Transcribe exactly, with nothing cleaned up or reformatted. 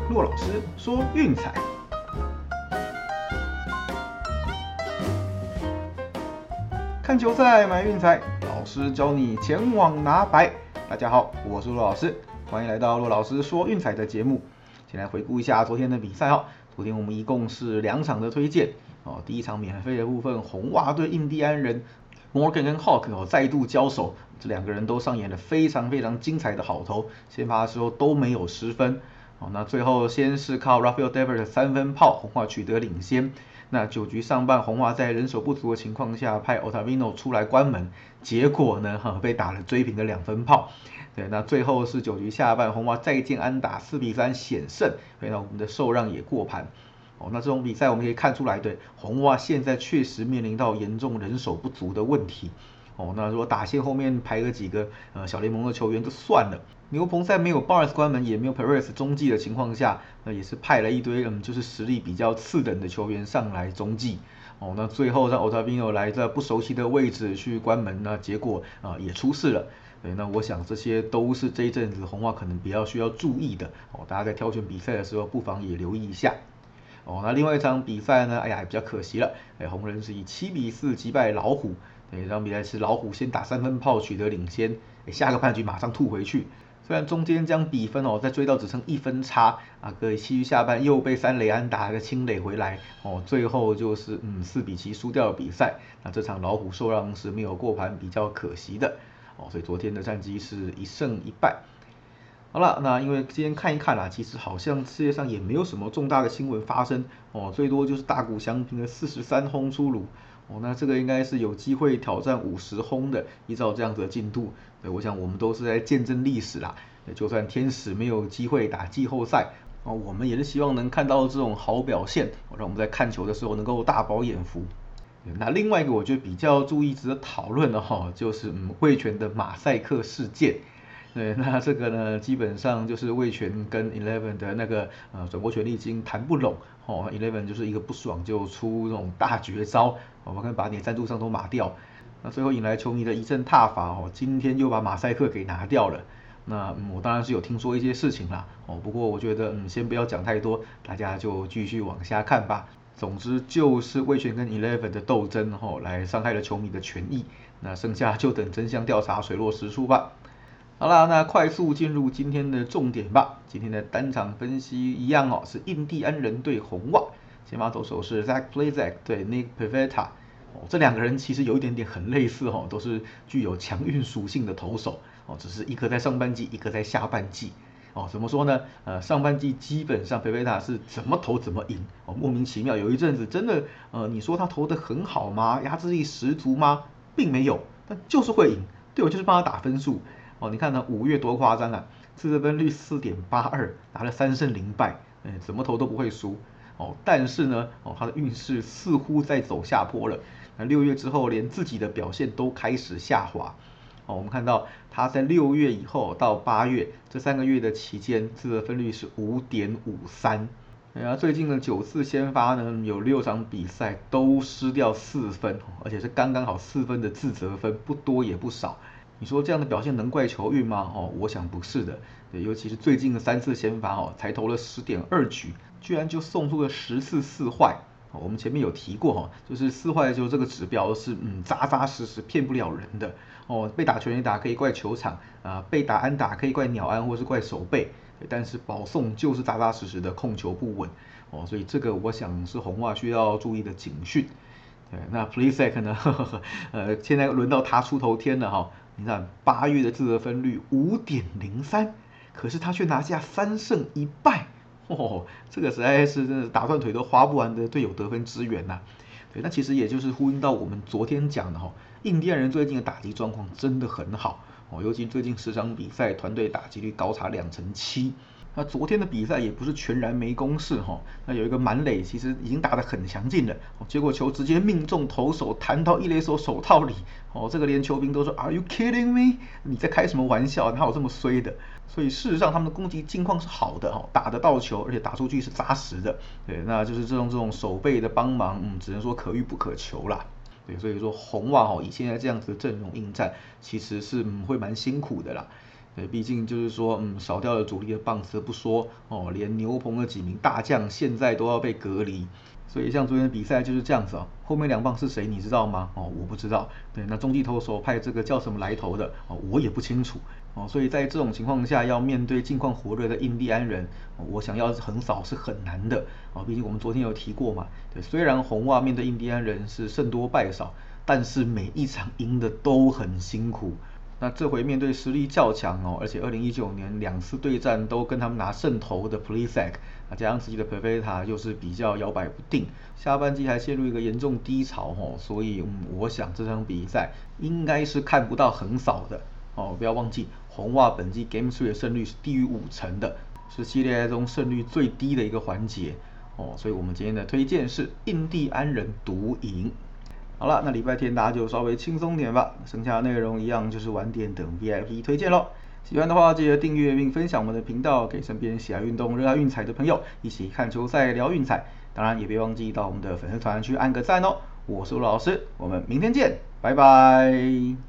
骆老师说运彩，看球赛买运彩，老师教你前往拿白。大家好，我是骆老师，欢迎来到骆老师说运彩的节目。先来回顾一下昨天的比赛哦。昨天我们一共是两场的推荐哦。第一场免费的部分，红袜对印第安人 ，Morgan 跟 Hawk 哦再度交手，这两个人都上演了非常非常精彩的好投，先发的时候都没有失分。哦，那最后先是靠 Rafael Devers 的三分炮，红袜取得领先。那九局上半，红袜在人手不足的情况下，派 Ottavino 出来关门，结果呢，哈被打了追平的两分炮。对，那最后是九局下半，红袜再见安打，四比三险胜。对，那我们的受让也过盘。哦，那这种比赛我们可以看出来，对红袜现在确实面临到严重人手不足的问题。哦，那如果打线后面排个几个呃小联盟的球员就算了。牛棚在没有 Barnes 关门，也没有 Perez 中继的情况下，那也是派了一堆嗯就是实力比较次等的球员上来中继。哦，那最后让 Ottavino 来在不熟悉的位置去关门，那结果啊、呃、也出事了。对，那我想这些都是这一阵子红袜可能比较需要注意的。哦，大家在挑选比赛的时候不妨也留意一下。哦，那另外一场比赛呢，哎呀比较可惜了，哎红人是以七比四击败老虎。对，这场比赛是老虎先打三分炮取得领先，下个半局马上吐回去。虽然中间将比分哦再追到只剩一分差啊，可七局下半又被三垒安打个清垒回来哦，最后就是嗯四比七输掉了比赛。那这场老虎受让是没有过盘，比较可惜的哦，所以昨天的战绩是一胜一败。好了，那因为今天看一看啦，其实好像世界上也没有什么重大的新闻发生哦，最多就是大谷翔平的四十三轰出炉哦，那这个应该是有机会挑战五十轰的，依照这样子的进度，对，我想我们都是在见证历史啦。就算天使没有机会打季后赛哦，我们也是希望能看到这种好表现，让我们在看球的时候能够大饱眼福。那另外一个我觉得比较注意值得讨论的哈，就是嗯味全的马赛克事件。对，那这个呢，基本上就是味全跟 Eleven 的那个呃转播权利金谈不拢哦 ，Eleven 就是一个不爽就出那种大绝招，我们看把你的赞助商都码掉，那最后引来球迷的一阵挞伐哦，今天又把马赛克给拿掉了。那、嗯、我当然是有听说一些事情啦哦，不过我觉得嗯先不要讲太多，大家就继续往下看吧。总之就是味全跟 Eleven 的斗争哦，来伤害了球迷的权益，那剩下就等真相调查水落石出吧。好啦，那快速进入今天的重点吧。今天的单场分析一样哦，是印第安人对红袜。先发投手是 Zach Plesac 对 Nick Pivetta。哦，这两个人其实有一点点很类似哦，都是具有强运属性的投手哦，只是一个在上半季，一个在下半季。哦，怎么说呢？呃，上半季基本上 Pivetta 是怎么投怎么赢哦，莫名其妙。有一阵子真的，呃，你说他投得很好吗？压制力十足吗？并没有，但就是会赢。对我就是帮他打分数。哦，你看呢，五月多夸张啊！自责分率 四点八二， 拿了三胜零败，嗯，怎么投都不会输。哦，但是呢，哦，他的运势似乎在走下坡了。那六月之后，连自己的表现都开始下滑。哦，我们看到他在六月以后到八月这三个月的期间，自责分率是 五点五三。然后最近的九次先发呢，有六场比赛都失掉四分，而且是刚刚好四分的自责分，不多也不少。你说这样的表现能怪球运吗？哦，我想不是的。对，尤其是最近的三次先发哦，才投了 十点二局，居然就送出了十次四坏。哦，我们前面有提过哈，就是四坏的时候这个指标是嗯扎扎实实骗不了人的。哦，被打全垒打可以怪球场啊、呃，被打安打可以怪鸟安或是怪手背，但是保送就是扎扎实实的控球不稳。哦，所以这个我想是红袜需要注意的警讯。对，那 Plesac 呢？呵呵呃，现在轮到他出头天了哈。你看八月的自责分率 五点零三， 可是他却拿下三胜一败，哦，这个实在是真的打断腿都花不完的队友得分支援呐、啊。对，那其实也就是呼应到我们昨天讲的哈，印第安人最近的打击状况真的很好哦，尤其最近十场比赛团队打击率高达两成七。那昨天的比赛也不是全然没攻势哈，那有一个满垒其实已经打得很强劲了，结果球直接命中投手，弹到一垒手手套里，哦，这个连球评都说 Are you kidding me？ 你在开什么玩笑？哪有这么衰的？所以事实上他们的攻击境况是好的哈，打得到球，而且打出去是扎实的，对，那就是这种这种守备的帮忙，嗯，只能说可遇不可求啦。对，所以说红袜哈以现在这样子的阵容应战，其实是、嗯、会蛮辛苦的啦。 对，毕竟就是说，嗯，少掉了主力的棒次不说，哦，连牛棚的几名大将现在都要被隔离。所以像昨天的比赛就是这样子哦，后面两棒是谁你知道吗？哦，我不知道。对，那中继投手派这个叫什么来投的？哦，我也不清楚。哦，所以在这种情况下，要面对近况火热的印第安人，哦、我想要横扫是很难的。哦，毕竟我们昨天有提过嘛，对，虽然红袜面对印第安人是胜多败少，但是每一场赢的都很辛苦。那这回面对实力较强哦，而且二零一九年两次对战都跟他们拿胜投的 Plesac， 啊加上自己的 Pivetta 又是比较摇摆不定，下半季还陷入一个严重低潮哦，所以、嗯、我想这场比赛应该是看不到横扫的哦。不要忘记红袜本季 Game 三的胜率是低于五成的，是系列赛中胜率最低的一个环节哦，所以我们今天的推荐是印第安人独赢。好了，那礼拜天大家就稍微轻松点吧，剩下的内容一样就是晚点等 V I P 推荐咯。喜欢的话记得订阅并分享我们的频道，给身边喜爱运动、热爱运彩的朋友一起看球赛聊运彩。当然也别忘记到我们的粉丝团去按个赞哦。我是陆老师，我们明天见，拜拜。